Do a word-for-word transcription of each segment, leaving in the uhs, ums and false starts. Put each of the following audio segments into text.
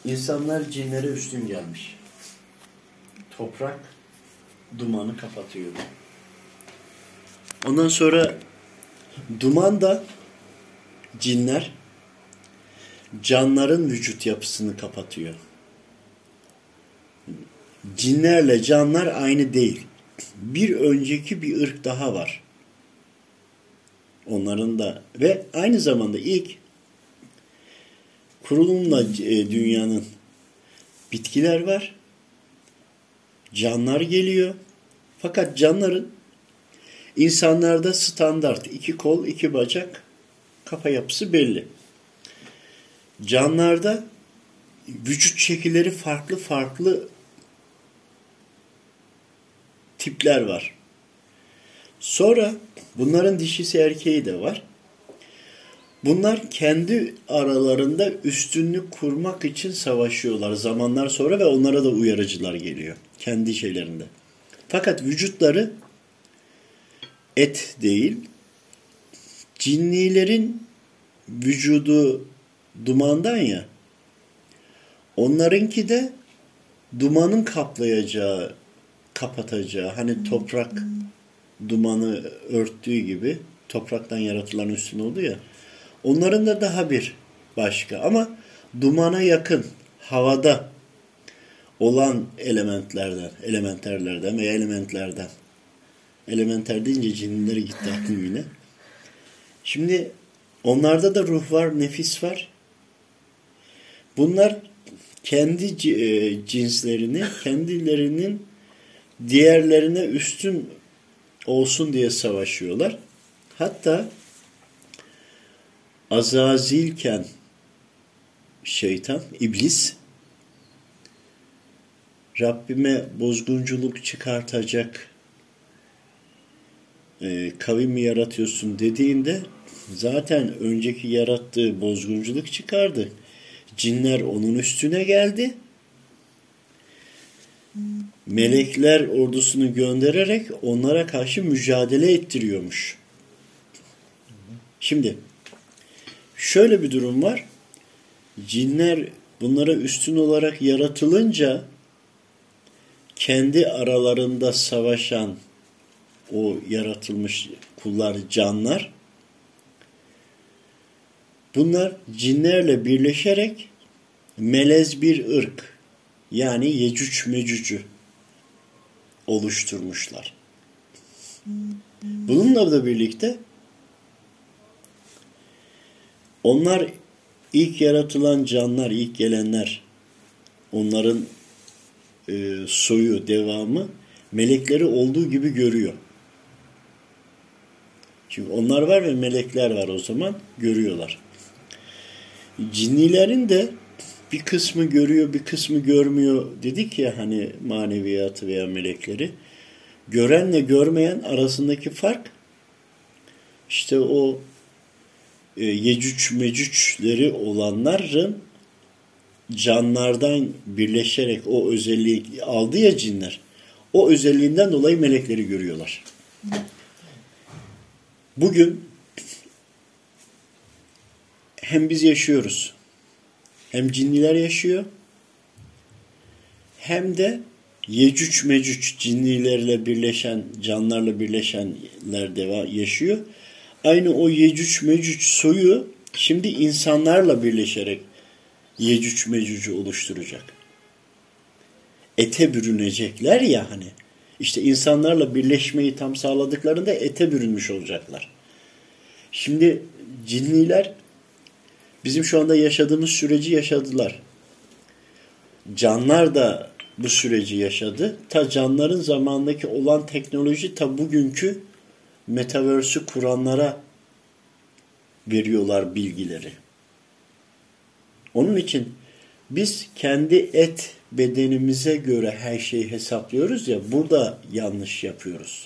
İnsanlar cinlere üstün gelmiş. Toprak dumanı kapatıyor. Ondan sonra duman da cinler canların vücut yapısını kapatıyor. Cinlerle canlar aynı değil. Bir önceki bir ırk daha var. Onların da ve aynı zamanda ilk kurulumla e, dünyanın bitkiler var. Canlar geliyor. Fakat canların insanlarda standart iki kol, iki bacak, kafa yapısı belli. Canlarda vücut şekilleri farklı farklı tipler var. Sonra bunların dişisi erkeği de var. Bunlar kendi aralarında üstünlük kurmak için savaşıyorlar zamanlar sonra ve onlara da uyarıcılar geliyor. Kendi şeylerinde. Fakat vücutları et değil, cinnilerin vücudu dumandan ya, onlarınki de dumanın kaplayacağı, kapatacağı, hani toprak dumanı örttüğü gibi, topraktan yaratılan üstün oldu ya, onların da daha bir başka ama dumana yakın, havada olan elementlerden, elementerlerden veya elementlerden. Elementer deyince cinlere gitti aklım yine. Şimdi onlarda da ruh var, nefis var. Bunlar kendi cinslerini, kendilerinin diğerlerine üstün olsun diye savaşıyorlar. Hatta Azazilken şeytan, iblis Rabbime bozgunculuk çıkartacak e, kavim mi yaratıyorsun dediğinde zaten önceki yarattığı bozgunculuk çıkardı. Cinler onun üstüne geldi. Melekler ordusunu göndererek onlara karşı mücadele ettiriyormuş. Şimdi şöyle bir durum var. Cinler bunlara üstün olarak yaratılınca kendi aralarında savaşan o yaratılmış kullar, canlar, bunlar cinlerle birleşerek melez bir ırk, yani Yecüc Mecüc'ü oluşturmuşlar. Bununla da birlikte onlar ilk yaratılan canlar, ilk gelenler, onların e, soyu, devamı melekleri olduğu gibi görüyor. Çünkü onlar var ve melekler var, o zaman görüyorlar. Cinnilerin de bir kısmı görüyor, bir kısmı görmüyor dedik ya, hani maneviyatı veya melekleri. Görenle görmeyen arasındaki fark işte o e, Yecüc Mecüc'leri olanların canlardan birleşerek o özelliği aldı ya cinler. O özelliğinden dolayı melekleri görüyorlar. Bugün hem biz yaşıyoruz, hem cinniler yaşıyor, hem de Yecüc Mecüc cinnilerle birleşen, canlarla birleşenler de yaşıyor. Aynı o Yecüc Mecüc soyu şimdi insanlarla birleşerek Yecüc Mecüc'ü oluşturacak. Ete bürünecekler ya hani. İşte insanlarla birleşmeyi tam sağladıklarında ete bürünmüş olacaklar. Şimdi cinniler bizim şu anda yaşadığımız süreci yaşadılar. Canlar da bu süreci yaşadı. Ta canların zamanındaki olan teknoloji ta bugünkü metaverse'ü kuranlara veriyorlar bilgileri. Onun için biz kendi et bedenimize göre her şeyi hesaplıyoruz ya, burada yanlış yapıyoruz.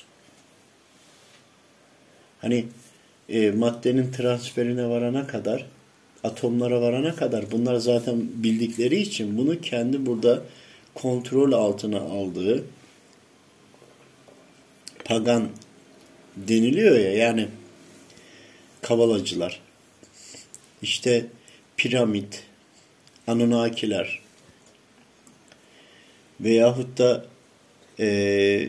Hani e, maddenin transferine varana kadar, atomlara varana kadar bunlar zaten bildikleri için bunu kendi burada kontrol altına aldığı pagan deniliyor ya, yani kabalacılar, işte piramit, Anunnakiler, veyahut da e,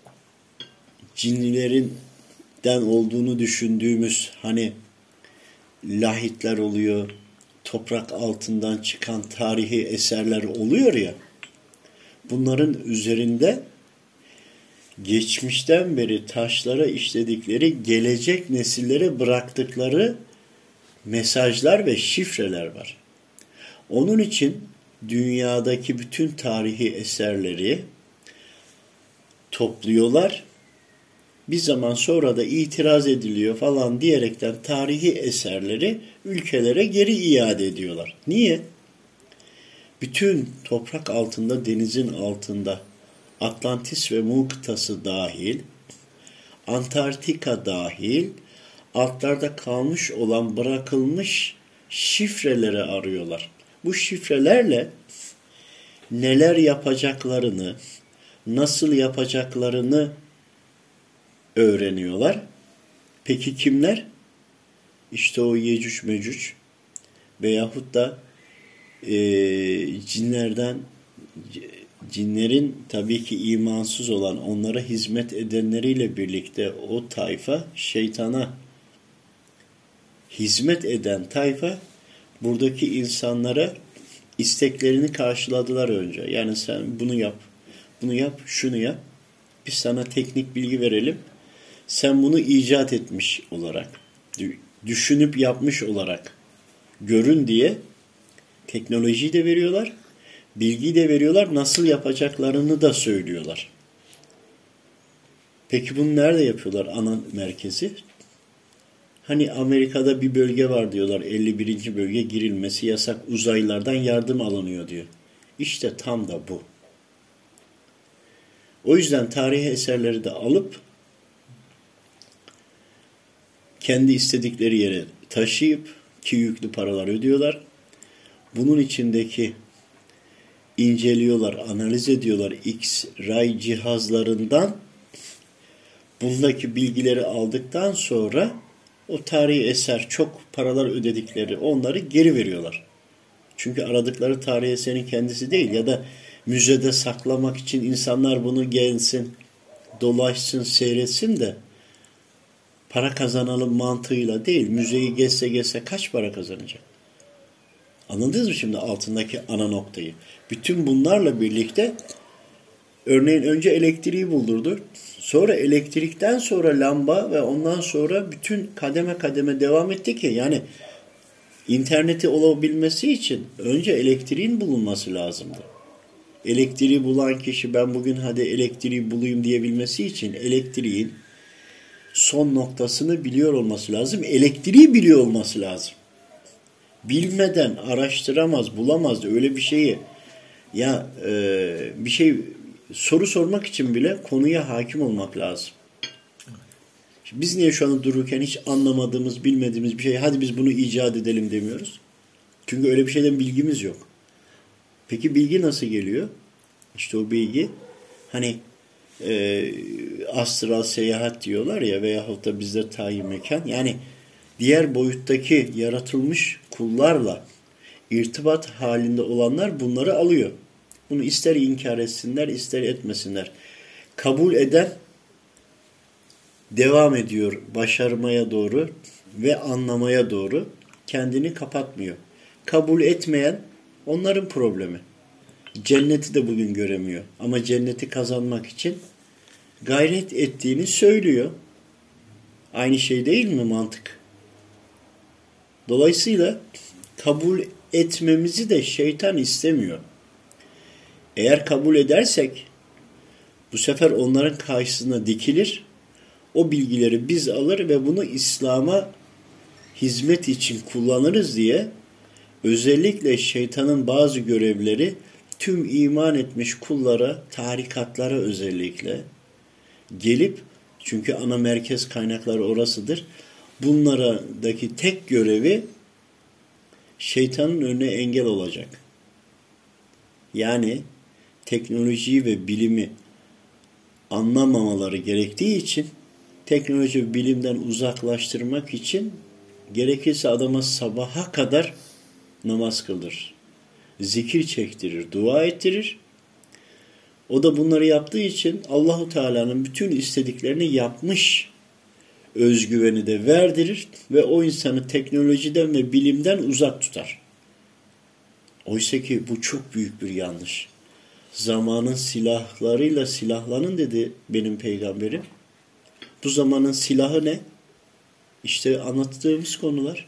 cinlerinden olduğunu düşündüğümüz hani lahitler oluyor, toprak altından çıkan tarihi eserler oluyor ya, bunların üzerinde geçmişten beri taşlara işledikleri, gelecek nesillere bıraktıkları mesajlar ve şifreler var. Onun için dünyadaki bütün tarihi eserleri topluyorlar. Bir zaman sonra da itiraz ediliyor falan diyerekten tarihi eserleri ülkelere geri iade ediyorlar. Niye? Bütün toprak altında, denizin altında, Atlantis ve Mu kıtası dahil, Antarktika dahil, altlarda kalmış olan bırakılmış şifreleri arıyorlar. Bu şifrelerle neler yapacaklarını, nasıl yapacaklarını öğreniyorlar. Peki kimler? İşte o Yecüc Mecüc veyahut da e, cinlerden, cinlerin tabii ki imansız olan, onlara hizmet edenleriyle birlikte o tayfa, şeytana hizmet eden tayfa, buradaki insanlara isteklerini karşıladılar önce. Yani sen bunu yap, bunu yap, şunu yap. Biz sana teknik bilgi verelim. Sen bunu icat etmiş olarak, düşünüp yapmış olarak görün diye teknolojiyi de veriyorlar, bilgiyi de veriyorlar, nasıl yapacaklarını da söylüyorlar. Peki bunu nerede yapıyorlar ana merkezi? Hani Amerika'da bir bölge var diyorlar, elli birinci bölge girilmesi yasak, uzaylılardan yardım alınıyor diyor. İşte tam da bu. O yüzden tarihi eserleri de alıp kendi istedikleri yere taşıyıp ki yüklü paralar ödüyorlar. Bunun içindeki inceliyorlar, analiz ediyorlar X-ray cihazlarından. Bundaki bilgileri aldıktan sonra o tarihi eser, çok paralar ödedikleri onları geri veriyorlar. Çünkü aradıkları tarihi eserin kendisi değil ya da müzede saklamak için insanlar bunu gelsin, dolaşsın, seyretsin de para kazanalım mantığıyla değil. Müzeyi gezse gezse kaç para kazanacak? Anladınız mı şimdi altındaki ana noktayı? Bütün bunlarla birlikte örneğin önce elektriği buldurdu. Sonra elektrikten sonra lamba ve ondan sonra bütün kademe kademe devam etti ki yani interneti olabilmesi için önce elektriğin bulunması lazımdı. Elektriği bulan kişi ben bugün hadi elektriği bulayım diyebilmesi için elektriğin son noktasını biliyor olması lazım. Elektriği biliyor olması lazım. Bilmeden araştıramaz, bulamaz öyle bir şeyi. Ya e, bir şey soru sormak için bile konuya hakim olmak lazım. Şimdi biz niye şu anda dururken hiç anlamadığımız, bilmediğimiz bir şey hadi biz bunu icat edelim demiyoruz? Çünkü öyle bir şeyden bilgimiz yok. Peki bilgi nasıl geliyor? İşte o bilgi hani e, astral seyahat diyorlar ya veyahut da bizde tayin mekan. Yani diğer boyuttaki yaratılmış kullarla irtibat halinde olanlar bunları alıyor. Bunu ister inkar etsinler, ister etmesinler. Kabul eden devam ediyor başarmaya doğru ve anlamaya doğru. Kendini kapatmıyor. Kabul etmeyen onların problemi. Cenneti de bugün göremiyor. Ama cenneti kazanmak için gayret ettiğini söylüyor. Aynı şey değil mi mantık? Dolayısıyla kabul etmemizi de şeytan istemiyor. Eğer kabul edersek bu sefer onların karşısına dikilir. O bilgileri biz alır ve bunu İslam'a hizmet için kullanırız diye özellikle şeytanın bazı görevleri tüm iman etmiş kullara, tarikatlara özellikle gelip, çünkü ana merkez kaynakları orasıdır, bunlardaki tek görevi şeytanın önüne engel olacak. Yani teknolojiyi ve bilimi anlamamaları gerektiği için teknoloji ve bilimden uzaklaştırmak için gerekirse adama sabaha kadar namaz kıldırır. Zikir çektirir, dua ettirir. O da bunları yaptığı için Allahu Teala'nın bütün istediklerini yapmış özgüveni de verdirir ve o insanı teknolojiden ve bilimden uzak tutar. Oysa ki bu çok büyük bir yanlış. Zamanın silahlarıyla silahlanın dedi benim peygamberim. Bu zamanın silahı ne? İşte anlattığımız konular.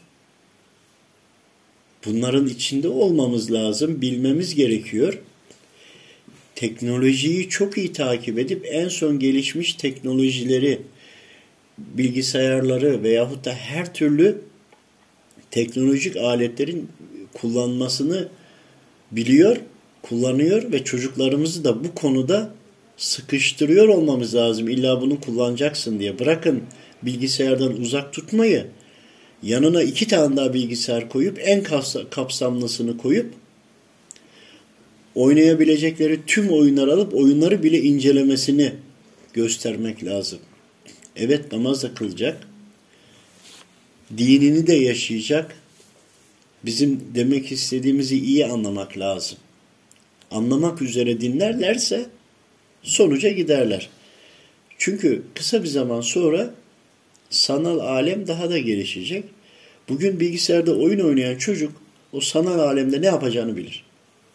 Bunların içinde olmamız lazım, bilmemiz gerekiyor. Teknolojiyi çok iyi takip edip en son gelişmiş teknolojileri, bilgisayarları veyahut da her türlü teknolojik aletlerin kullanmasını biliyor, kullanıyor ve çocuklarımızı da bu konuda sıkıştırıyor olmamız lazım. İlla bunu kullanacaksın diye. Bırakın bilgisayardan uzak tutmayı, yanına iki tane daha bilgisayar koyup en kapsamlısını koyup oynayabilecekleri tüm oyunları alıp oyunları bile incelemesini göstermek lazım. Evet, namaz da kılacak. Dinini de yaşayacak. Bizim demek istediğimizi iyi anlamak lazım. Anlamak üzere dinlerlerse sonuca giderler. Çünkü kısa bir zaman sonra sanal alem daha da gelişecek. Bugün bilgisayarda oyun oynayan çocuk o sanal alemde ne yapacağını bilir.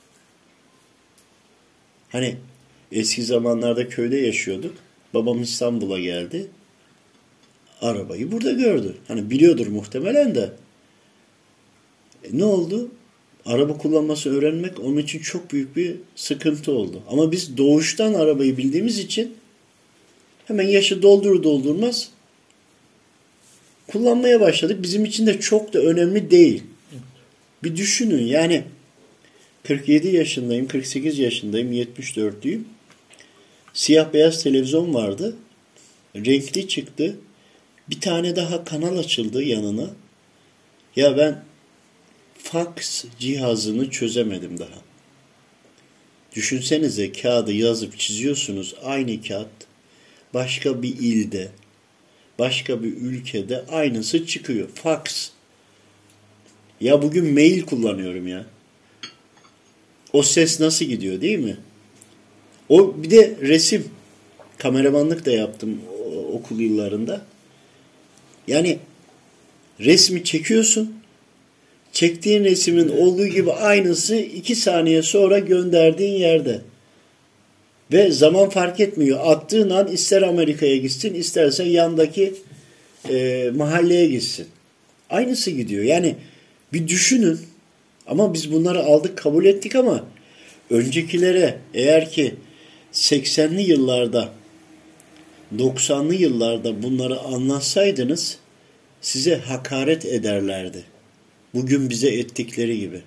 Hani eski zamanlarda köyde yaşıyorduk. Babam İstanbul'a geldi. Arabayı burada gördü. Hani biliyordur muhtemelen de. E, ne oldu? Araba kullanması öğrenmek onun için çok büyük bir sıkıntı oldu. Ama biz doğuştan arabayı bildiğimiz için hemen yaşı doldurur doldurmaz kullanmaya başladık. Bizim için de çok da önemli değil. Bir düşünün yani kırk yedi yaşındayım, kırk sekiz yaşındayım, yetmiş dörtlüyüm. Siyah beyaz televizyon vardı. Renkli çıktı. Bir tane daha kanal açıldı yanına. Ya ben fax cihazını çözemedim daha. Düşünsenize kağıdı yazıp çiziyorsunuz. Aynı kağıt başka bir ilde, başka bir ülkede aynısı çıkıyor. Fax. Ya bugün mail kullanıyorum ya. O ses nasıl gidiyor değil mi? O bir de resim. Kameramanlık da yaptım okul yıllarında. Yani resmi çekiyorsun. Çektiğin resmin olduğu gibi aynısı iki saniye sonra gönderdiğin yerde. Ve zaman fark etmiyor. Attığın an ister Amerika'ya gitsin, isterse yandaki e, mahalleye gitsin. Aynısı gidiyor. Yani bir düşünün. Ama biz bunları aldık, kabul ettik ama öncekilere eğer ki seksenli yıllarda, doksanlı yıllarda bunları anlatsaydınız size hakaret ederlerdi. Bugün bize ettikleri gibi.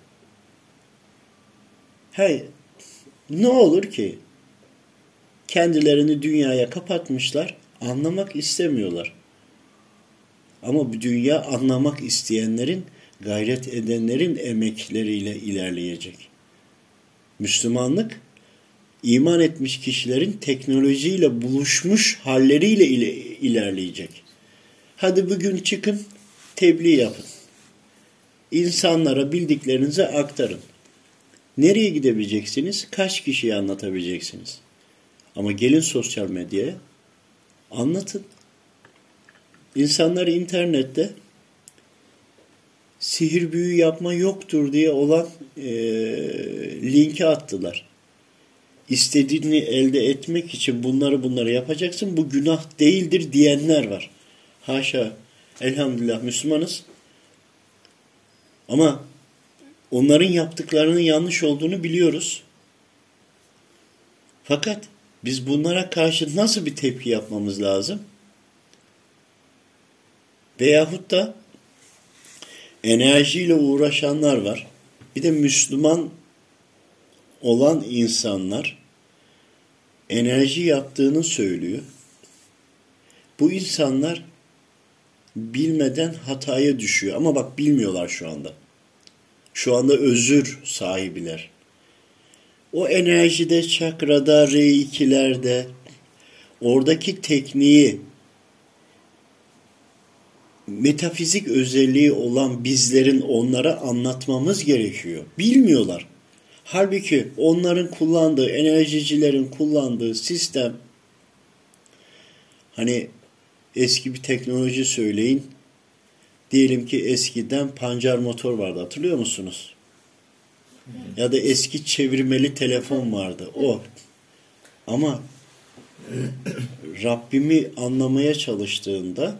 Hey, ne olur ki? Kendilerini dünyaya kapatmışlar, anlamak istemiyorlar. Ama bu dünya anlamak isteyenlerin, gayret edenlerin emekleriyle ilerleyecek. Müslümanlık, iman etmiş kişilerin teknolojiyle buluşmuş halleriyle ilerleyecek. Hadi bugün çıkın, tebliğ yapın. İnsanlara bildiklerinizi aktarın. Nereye gidebileceksiniz? Kaç kişiye anlatabileceksiniz? Ama gelin sosyal medyaya, anlatın. İnsanlar internette sihir büyü yapma yoktur diye olan e, linki attılar. İstediğini elde etmek için bunları bunları yapacaksın. Bu günah değildir diyenler var. Haşa, elhamdülillah Müslümanız. Ama onların yaptıklarının yanlış olduğunu biliyoruz. Fakat biz bunlara karşı nasıl bir tepki yapmamız lazım? Veyahut da enerjiyle uğraşanlar var. Bir de Müslüman olan insanlar enerji yaptığını söylüyor. Bu insanlar bilmeden hataya düşüyor. Ama bak bilmiyorlar şu anda. Şu anda özür sahibiler. O enerjide, çakrada, R ikilerde oradaki tekniği, metafizik özelliği olan bizlerin onlara anlatmamız gerekiyor. Bilmiyorlar. Halbuki onların kullandığı, enerjicilerin kullandığı sistem, hani eski bir teknoloji söyleyin. Diyelim ki eskiden pancar motor vardı. Hatırlıyor musunuz? Ya da eski çevirmeli telefon vardı. O. Ama Rabbimi anlamaya çalıştığında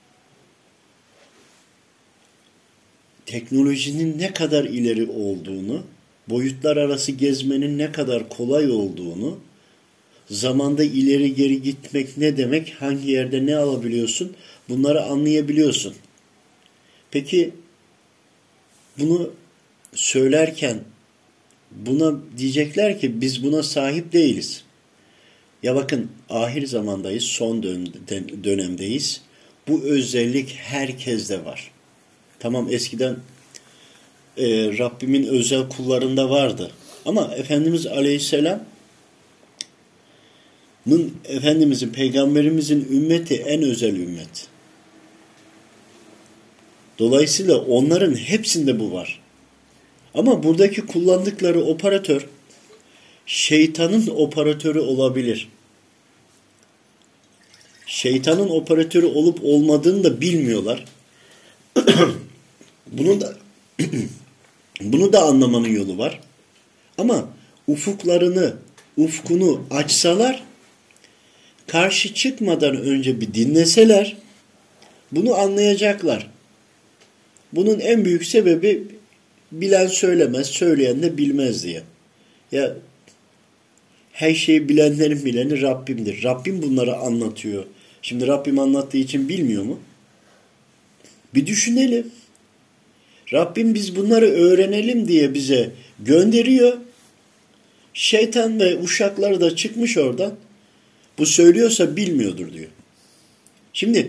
teknolojinin ne kadar ileri olduğunu, boyutlar arası gezmenin ne kadar kolay olduğunu, zamanda ileri geri gitmek ne demek, hangi yerde ne alabiliyorsun, bunları anlayabiliyorsun. Peki bunu söylerken buna diyecekler ki biz buna sahip değiliz. Ya bakın, ahir zamandayız, son dönemdeyiz. Bu özellik herkeste var. Tamam, eskiden e, Rabbimin özel kullarında vardı. Ama Efendimiz Aleyhisselam'ın, Efendimizin, Peygamberimizin ümmeti en özel ümmet. Dolayısıyla onların hepsinde bu var. Ama buradaki kullandıkları operatör şeytanın operatörü olabilir. Şeytanın operatörü olup olmadığını da bilmiyorlar. Bunu da bunu da anlamanın yolu var. Ama ufuklarını, ufkunu açsalar, karşı çıkmadan önce bir dinleseler, bunu anlayacaklar. Bunun en büyük sebebi bilen söylemez, söyleyen de bilmez diye. Ya her şeyi bilenlerin bileni Rabbimdir. Rabbim bunları anlatıyor. Şimdi Rabbim anlattığı için bilmiyor mu? Bir düşünelim. Rabbim biz bunları öğrenelim diye bize gönderiyor. Şeytan ve uşakları da çıkmış oradan. Bu söylüyorsa bilmiyordur diyor. Şimdi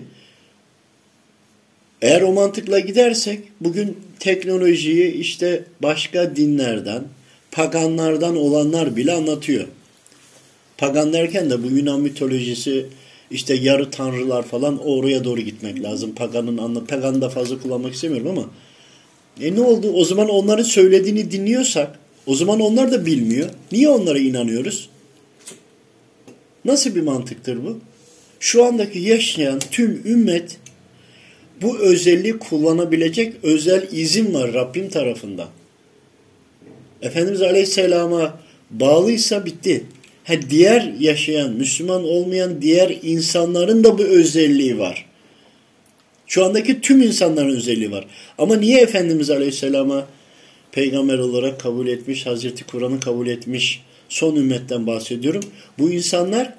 eğer o mantıkla gidersek bugün teknolojiyi işte başka dinlerden, paganlardan olanlar bile anlatıyor. Pagan derken de bu Yunan mitolojisi, işte yarı tanrılar falan, oraya doğru gitmek lazım. Paganın anla, paganı da fazla kullanmak istemiyorum ama e ne oldu? O zaman onların söylediğini dinliyorsak, o zaman onlar da bilmiyor. Niye onlara inanıyoruz? Nasıl bir mantıktır bu? Şu andaki yaşayan tüm ümmet bu özelliği kullanabilecek özel izin var Rabbim tarafından. Efendimiz Aleyhisselam'a bağlıysa bitti. Ha, diğer yaşayan, Müslüman olmayan diğer insanların da bu özelliği var. Şu andaki tüm insanların özelliği var. Ama niye Efendimiz Aleyhisselam'a peygamber olarak kabul etmiş, Hazreti Kur'an'ı kabul etmiş, son ümmetten bahsediyorum. Bu insanlar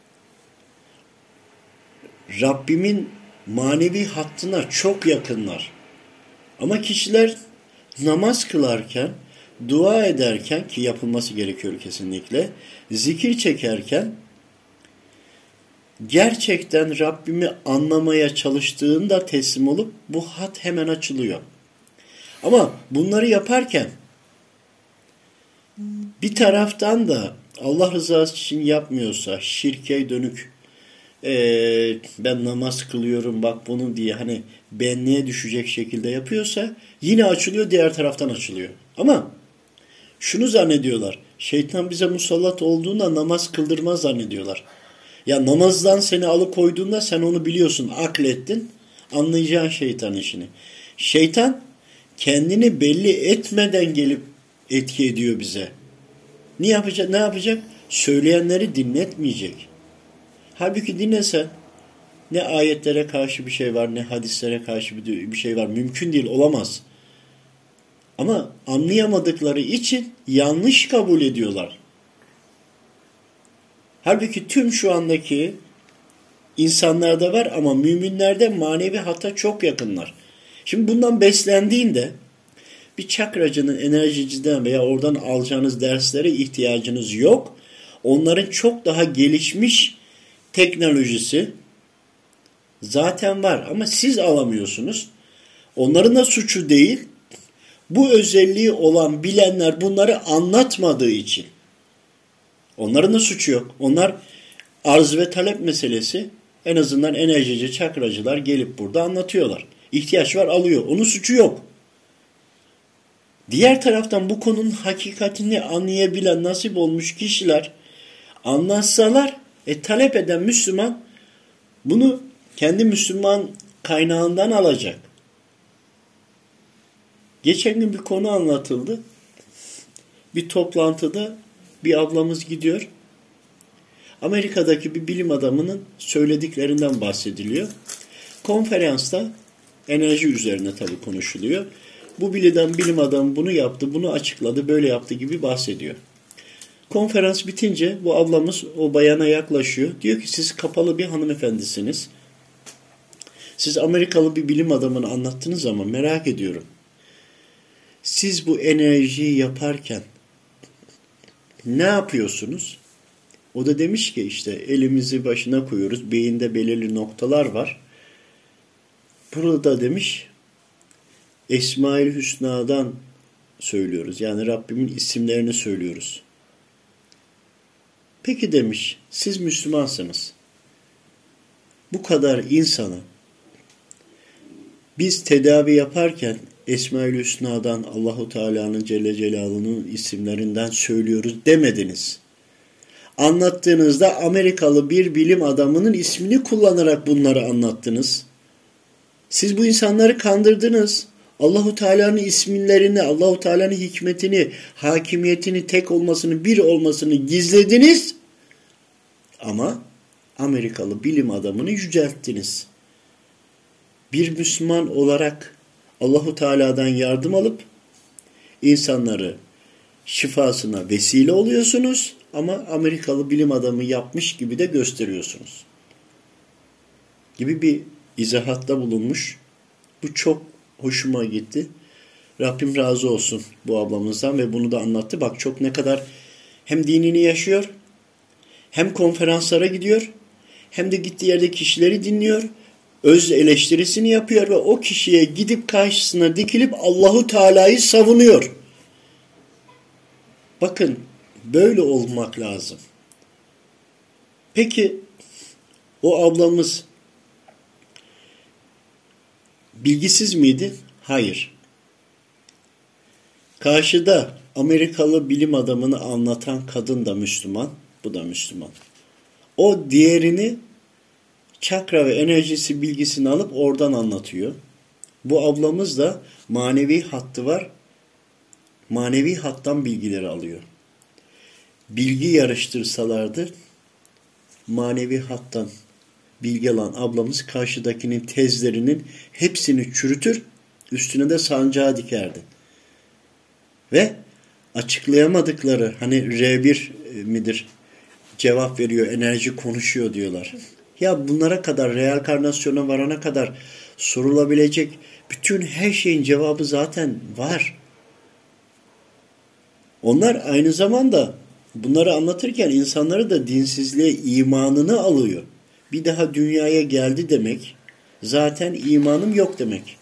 Rabbimin manevi hattına çok yakınlar. Ama kişiler namaz kılarken, dua ederken, ki yapılması gerekiyor kesinlikle, zikir çekerken gerçekten Rabbimi anlamaya çalıştığında teslim olup bu hat hemen açılıyor. Ama bunları yaparken bir taraftan da Allah rızası için yapmıyorsa, şirke dönük, ee, ben namaz kılıyorum bak bunu diye hani benliğe düşecek şekilde yapıyorsa yine açılıyor, diğer taraftan açılıyor. Ama şunu zannediyorlar, şeytan bize musallat olduğunda namaz kıldırmaz zannediyorlar. Ya namazdan seni alıkoyduğunda sen onu biliyorsun, aklettin, anlayacağın şeytan işini. Şeytan kendini belli etmeden gelip etki ediyor bize. Ne yapacak? Ne yapacak? Söyleyenleri dinletmeyecek. Halbuki dinlesen ne ayetlere karşı bir şey var, ne hadislere karşı bir şey var. Mümkün değil, olamaz. Ama anlayamadıkları için yanlış kabul ediyorlar. Halbuki tüm şu andaki insanlarda var ama müminlerde manevi hata çok yakınlar. Şimdi bundan beslendiğinde bir çakracının, enerjiciden veya oradan alacağınız derslere ihtiyacınız yok. Onların çok daha gelişmiş teknolojisi zaten var ama siz alamıyorsunuz. Onların da suçu değil. Bu özelliği olan bilenler bunları anlatmadığı için. Onların da suçu yok. Onlar arz ve talep meselesi, en azından enerjici, çakracılar gelip burada anlatıyorlar. İhtiyaç var, alıyor. Onun suçu yok. Diğer taraftan bu konunun hakikatini anlayabilen nasip olmuş kişiler anlatsalar, e, talep eden Müslüman bunu kendi Müslüman kaynağından alacak. Geçen gün bir konu anlatıldı. Bir toplantıda bir ablamız gidiyor. Amerika'daki bir bilim adamının söylediklerinden bahsediliyor. Konferansta enerji üzerine tabii konuşuluyor. Bu bilim, bilim adamı bunu yaptı, bunu açıkladı, böyle yaptı gibi bahsediyor. Konferans bitince bu ablamız o bayana yaklaşıyor. Diyor ki siz kapalı bir hanımefendisiniz. Siz Amerikalı bir bilim adamını anlattığınız zaman merak ediyorum. Siz bu enerjiyi yaparken ne yapıyorsunuz? O da demiş ki işte elimizi başına koyuyoruz. Beyinde belirli noktalar var. Burada demiş Esma-ül Hüsna'dan söylüyoruz. Yani Rabbimin isimlerini söylüyoruz. Peki demiş, siz Müslümansınız. Bu kadar insana biz tedavi yaparken Esma-ül Hüsna'dan, Allahu Teala'nın Celle Celaluhu'nun isimlerinden söylüyoruz demediniz. Anlattığınızda Amerikalı bir bilim adamının ismini kullanarak bunları anlattınız. Siz bu insanları kandırdınız. Allahu Teala'nın isimlerini, Allahu Teala'nın hikmetini, hakimiyetini, tek olmasını, bir olmasını gizlediniz. Ama Amerikalı bilim adamını yücelttiniz. Bir Müslüman olarak Allahu Teala'dan yardım alıp insanları şifasına vesile oluyorsunuz ama Amerikalı bilim adamı yapmış gibi de gösteriyorsunuz. Gibi bir izahatta bulunmuş. Bu çok hoşuma gitti. Rabbim razı olsun bu ablamızdan ve bunu da anlattı. Bak çok ne kadar hem dinini yaşıyor, hem konferanslara gidiyor, hem de gittiği yerde kişileri dinliyor, öz eleştirisini yapıyor ve o kişiye gidip karşısına dikilip Allahu Teala'yı savunuyor. Bakın böyle olmak lazım. Peki o ablamız bilgisiz miydi? Hayır. Karşıda Amerikalı bilim adamını anlatan kadın da Müslüman, bu da Müslüman. O diğerini çakra ve enerjisi bilgisini alıp oradan anlatıyor. Bu ablamız da manevi hattı var. Manevi hattan bilgileri alıyor. Bilgi yarıştırsalardı manevi hattan bilgi alan ablamız karşıdakinin tezlerinin hepsini çürütür, üstüne de sancağı dikerdi. Ve açıklayamadıkları hani R bir midir cevap veriyor, enerji konuşuyor diyorlar. Ya bunlara kadar, reenkarnasyona varana kadar sorulabilecek bütün her şeyin cevabı zaten var. Onlar aynı zamanda bunları anlatırken insanları da dinsizliğe imanını alıyor. Bir daha dünyaya geldi demek, zaten imanım yok demek.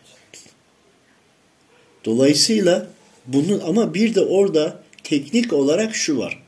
Dolayısıyla bunun ama bir de orada teknik olarak şu var.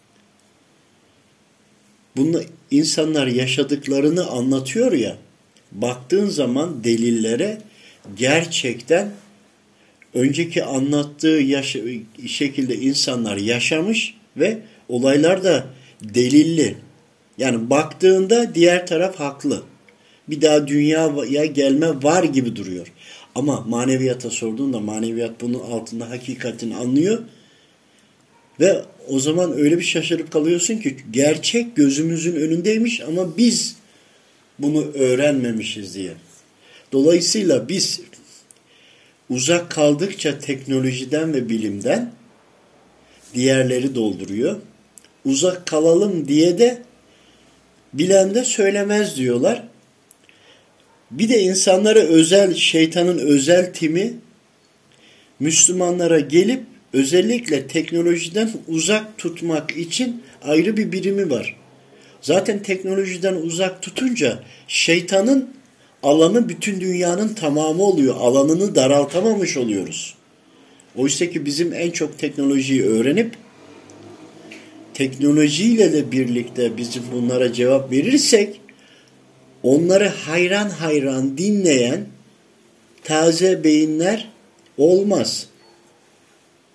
Bunu insanlar yaşadıklarını anlatıyor ya, baktığın zaman delillere gerçekten önceki anlattığı yaş- şekilde insanlar yaşamış ve olaylar da delilli. Yani baktığında diğer taraf haklı. Bir daha dünyaya gelme var gibi duruyor. Ama maneviyata sorduğunda maneviyat bunun altında hakikatini anlıyor. Ve o zaman öyle bir şaşırıp kalıyorsun ki gerçek gözümüzün önündeymiş ama biz bunu öğrenmemişiz diye. Dolayısıyla biz uzak kaldıkça teknolojiden ve bilimden diğerleri dolduruyor. Uzak kalalım diye de bilen de söylemez diyorlar. Bir de insanlara özel, şeytanın özel timi Müslümanlara gelip özellikle teknolojiden uzak tutmak için ayrı bir birimi var. Zaten teknolojiden uzak tutunca şeytanın alanı bütün dünyanın tamamı oluyor. Alanını daraltamamış oluyoruz. Oysa ki bizim en çok teknolojiyi öğrenip teknolojiyle de birlikte bizim bunlara cevap verirsek onları hayran hayran dinleyen taze beyinler olmaz.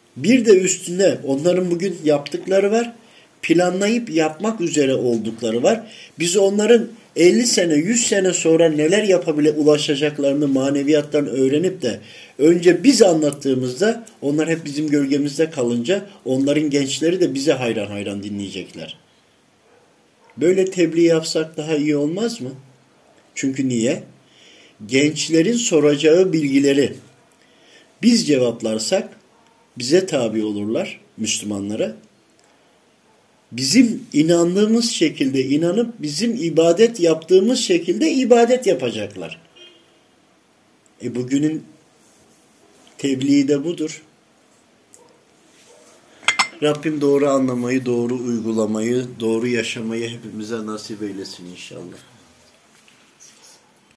Bir de üstüne onların bugün yaptıkları var. Planlayıp yapmak üzere oldukları var. Biz onların elli sene, yüz sene sonra neler yapabile ulaşacaklarını maneviyattan öğrenip de önce biz anlattığımızda onlar hep bizim gölgemizde kalınca onların gençleri de bize hayran hayran dinleyecekler. Böyle tebliğ yapsak daha iyi olmaz mı? Çünkü niye? Gençlerin soracağı bilgileri biz cevaplarsak bize tabi olurlar, Müslümanlara. Bizim inandığımız şekilde inanıp bizim ibadet yaptığımız şekilde ibadet yapacaklar. E bugünün tebliği de budur. Rabbim doğru anlamayı, doğru uygulamayı, doğru yaşamayı hepimize nasip eylesin inşallah.